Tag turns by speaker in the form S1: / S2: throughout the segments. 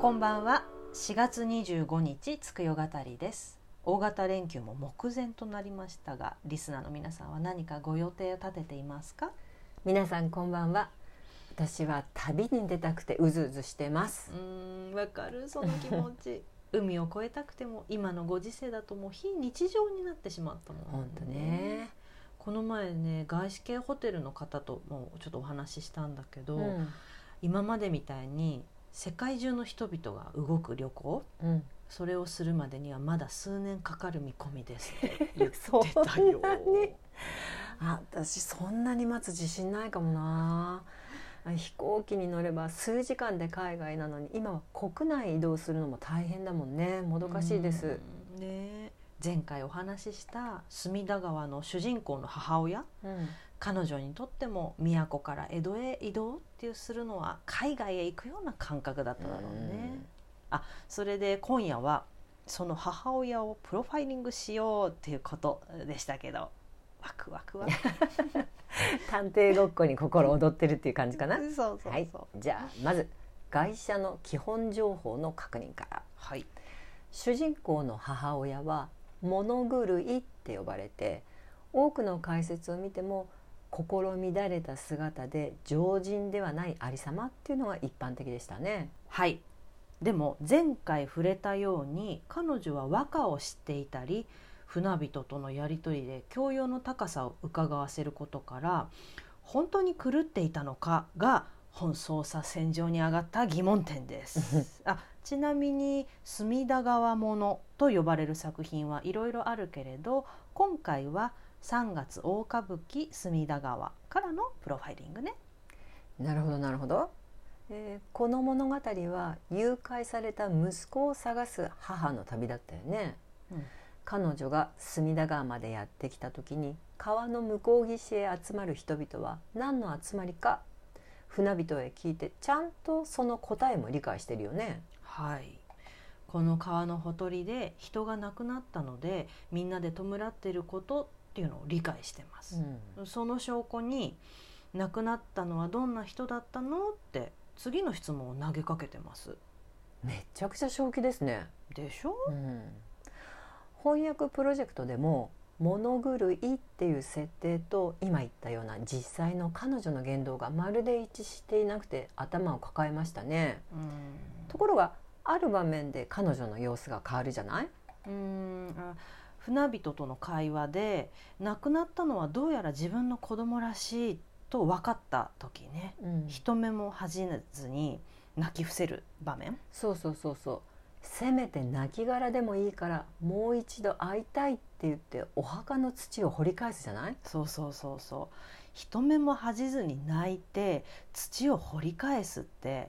S1: こんばんは。4月25日つくよ語りです。大型連休も目前となりましたが、リスナーの皆さんは何かご予定を立てていますか？
S2: 皆さんこんばんは。私は旅に出たくてうずうずしてます。
S1: わかる、その気持ち海を越えたくても今のご時世だともう非日常になってしまったもんね。
S2: ほんとね。
S1: この前ね、外資系ホテルの方ともちょっとお話ししたんだけど、今までみたいに世界中の人々が動く旅行、それをするまでにはまだ数年かかる見込みですって言ってたよ。
S2: 私そんなに待つ自信ないかもな。飛行機に乗れば数時間で海外なのに、今は国内移動するのも大変だもんね。もどかしいです。
S1: 前回お話しした隅田川の主人公の母親、彼女にとっても都から江戸へ移動ってするのは海外へ行くような感覚だっただろうね。それで今夜はその母親をプロファイリングしようっていうことでしたけど、ワクワク
S2: 探偵ごっこに心躍ってるっていう感じかな。
S1: そう、
S2: はい、じゃあまず会社の基本情報の確認から。主人公の母親は物狂いって呼ばれて、多くの解説を見ても心乱れた姿で常人ではないありさまっていうのが一般的でしたね。
S1: はい。でも前回触れたように、彼女は和歌を知っていたり、船人とのやり取りで教養の高さを伺わせることから、本当に狂っていたのかが本捜査線上に上がった疑問点ですちなみに隅田川ものと呼ばれる作品はいろいろあるけれど、今回は3月大歌舞伎隅田川からのプロファイリングね。
S2: なるほどなるほど。この物語は誘拐された息子を探す母の旅だったよね。彼女が隅田川までやってきた時に、川の向こう岸へ集まる人々は何の集まりか船人へ聞いて、ちゃんとその答えも理解してるよね。
S1: はい。この川のほとりで人が亡くなったので、みんなで弔っていることっていうのを理解してます、その証拠に、亡くなったのはどんな人だったのって次の質問を投げかけてます。
S2: めちゃくちゃ正気ですね。
S1: でしょ、
S2: 翻訳プロジェクトでも物狂いっていう設定と今言ったような実際の彼女の言動がまるで一致していなくて頭を抱えましたね。ところがある場面で彼女の様子が変わるじゃない？
S1: 船人との会話で、亡くなったのはどうやら自分の子供らしいと分かった時ね、人目も恥じずに泣き伏せる場面。そう
S2: せめて亡骸でもいいからもう一度会いたいって言ってお墓の土を掘り返すじゃない？
S1: そう人目も恥じずに泣いて土を掘り返すって、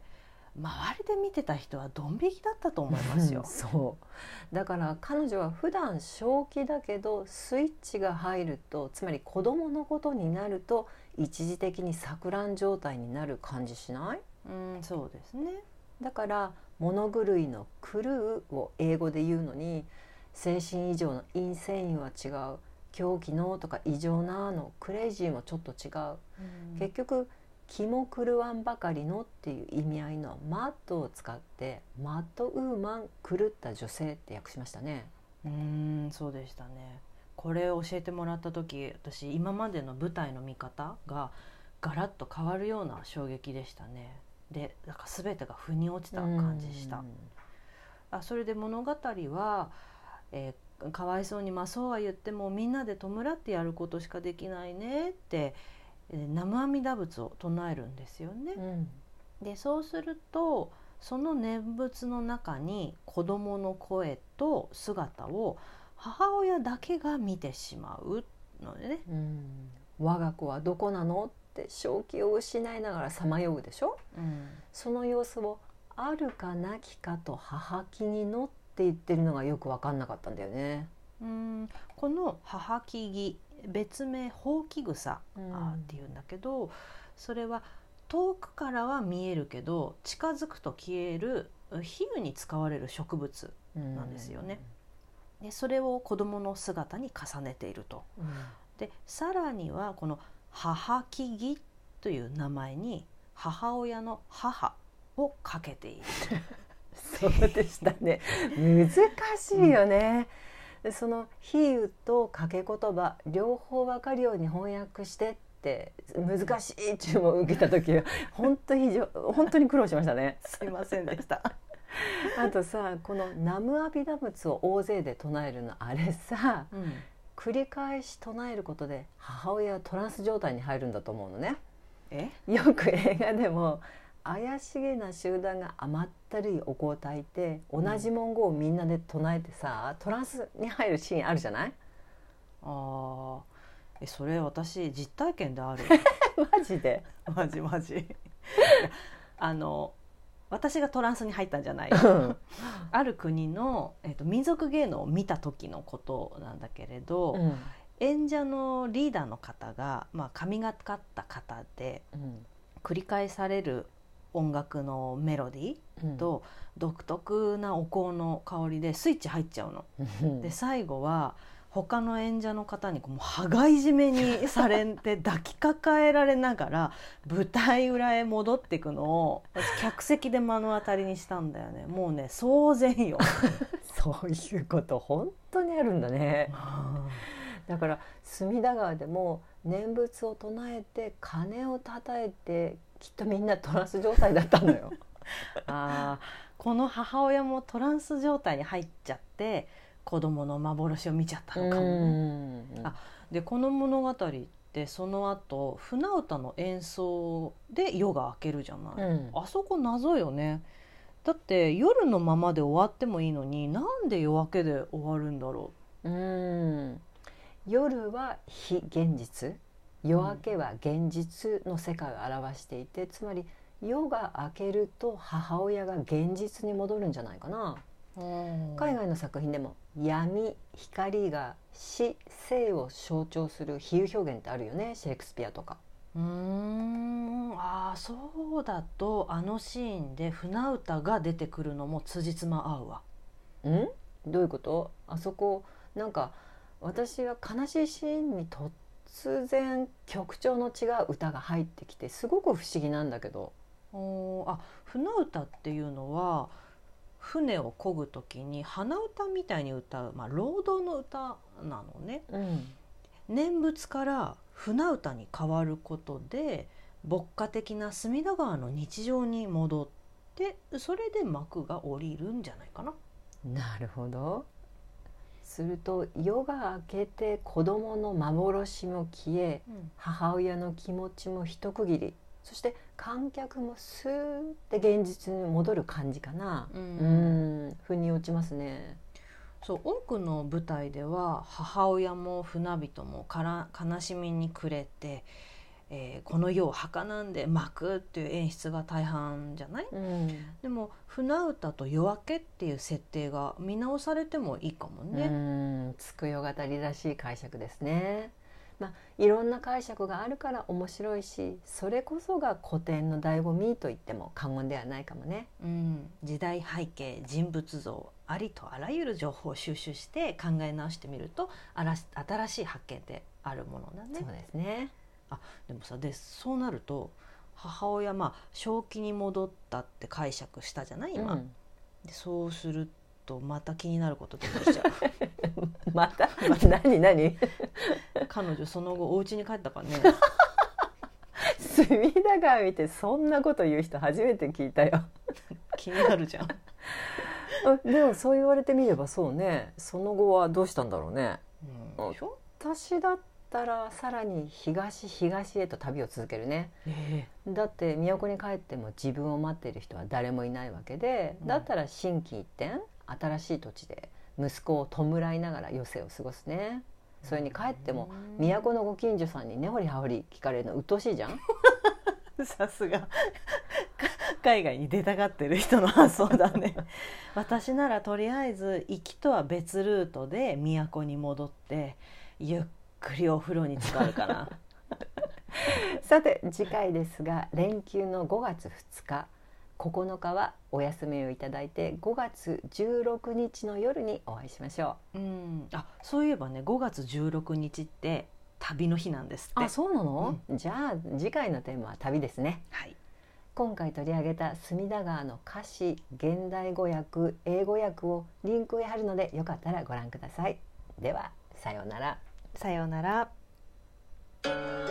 S1: 周りで見てた人はドン引きだったと思いますよ。
S2: そうだから彼女は普段正気だけど、スイッチが入ると、つまり子供のことになると一時的に錯乱状態になる感じしない？
S1: そうですね。
S2: だから物狂いの狂うを英語で言うのに、精神異常のインセインは違う、狂気のとか異常なのクレイジーもちょっと違う、結局気も狂わんばかりのっていう意味合いのマッドを使って、マッドウーマン、狂った女性って訳しましたね。
S1: そうでしたね。これを教えてもらった時、私今までの舞台の見方がガラッと変わるような衝撃でしたね。で、なんか全てが腑に落ちた感じした。それで物語は、かわいそうに、そうは言ってもみんなで弔ってやることしかできないねって南無阿弥陀仏を唱えるんですよね。でそうすると、その念仏の中に子供の声と姿を母親だけが見てしまうのでね。
S2: 我が子はどこなのって正気を失いながらさまようでしょ、その様子をあるかなきかと母気にのって言ってるのがよく分かんなかったんだよね。
S1: この母気義、別名ほうき草っていうんだけど、それは遠くからは見えるけど近づくと消える比喩に使われる植物なんですよね。でそれを子どもの姿に重ねていると。でさらにはこの母気義という名前に母親の母をかけている。
S2: そうでしたね。難しいよね。でその比喩と掛け言葉両方分かるように翻訳してって難しい注文を受けた時は本当に苦労しましたね。
S1: すいませんでした。
S2: あとさ、このナムアビダ仏を大勢で唱えるのあれさ、繰り返し唱えることで母親はトランス状態に入るんだと思うのね。よく映画でも怪しげな集団が甘ったるいお香を焚いて同じ文言をみんなで唱えてさ、トランスに入るシーンあるじゃない？
S1: それ私実体験である。
S2: マジで？
S1: マジ私がトランスに入ったんじゃないある国の、民族芸能を見た時のことなんだけれど、演者のリーダーの方が、神がかった方で、繰り返される音楽のメロディーと独特なお香の香りでスイッチ入っちゃうの。で最後は他の演者の方にもう羽交い締めにされて抱きかかえられながら舞台裏へ戻っていくのを客席で目の当たりにしたんだよね。もうね騒然よ。
S2: そういうこと本当にあるんだね。だから隅田川でも念仏を唱えて鐘を叩いてきっとみんなトランス状態だったのよ。
S1: この母親もトランス状態に入っちゃって子供の幻を見ちゃったのかもね。でこの物語ってその後船歌の演奏で夜が明けるじゃない、あそこ謎よね。だって夜のままで終わってもいいのになんで夜明けで終わるんだろう。
S2: 夜は非現実、夜明けは現実の世界を表していて、つまり夜が明けると母親が現実に戻るんじゃないかな。海外の作品でも闇、光が死、生を象徴する比喩表現ってあるよね、シェイクスピアとか。
S1: そうだとあのシーンで船歌が出てくるのも辻褄合うわ。
S2: どういうこと？あそこなんか私は悲しいシーンに突然曲調の違う歌が入ってきてすごく不思議なんだけど。
S1: 船歌っていうのは船を漕ぐ時に鼻歌みたいに歌う、労働の歌なのね。念仏から船歌に変わることで牧歌的な隅田川の日常に戻って、それで幕が下りるんじゃないかな。
S2: なるほど。すると夜が明けて子供の幻も消え、母親の気持ちも一区切り、そして観客もスーって現実に戻る感じかな。腑に落ちますね。
S1: そう多くの舞台では母親も船人も悲しみに暮れて、この世を儚んで巻くっていう演出が大半じゃない？でも船歌と夜明けっていう設定が見直されてもいいかもね。
S2: つくよ語りらしい解釈ですね。いろんな解釈があるから面白いし、それこそが古典の醍醐味と言っても過言ではないかもね。
S1: 時代背景、人物像、ありとあらゆる情報を収集して考え直してみると新しい発見であるものだね。
S2: そうですね。
S1: でもさ、そうなると母親正気に戻ったって解釈したじゃない今、でそうするとまた気になること出てきちゃう。
S2: また何
S1: 彼女その後お家に帰ったかね。
S2: 隅田川見てそんなこと言う人初めて聞いたよ。
S1: 気になるじゃん。
S2: でもそう言われてみればそうね。その後はどうしたんだろうね。私だったらさらに東へと旅を続けるね。だって都に帰っても自分を待っている人は誰もいないわけで、だったら心機一転新しい土地で息子を弔いながら余生を過ごすね。それに帰っても都のご近所さんに根掘り葉掘り聞かれるの鬱陶しいじゃん。
S1: さすが海外に出たがってる人の発想だね。私ならとりあえず行きとは別ルートで都に戻ってゆっくりお風呂に浸かるかな。
S2: さて次回ですが、連休の5月2日9日はお休みをいただいて5月16日の夜にお会いしましょう。
S1: そういえばね、5月16日って旅の日なんですって。
S2: そうなの？じゃあ次回のテーマは旅ですね。 今回取り上げた隅田川の歌詞、現代語訳、英語訳をリンクへ貼るのでよかったらご覧ください。ではさようなら。
S1: さようなら。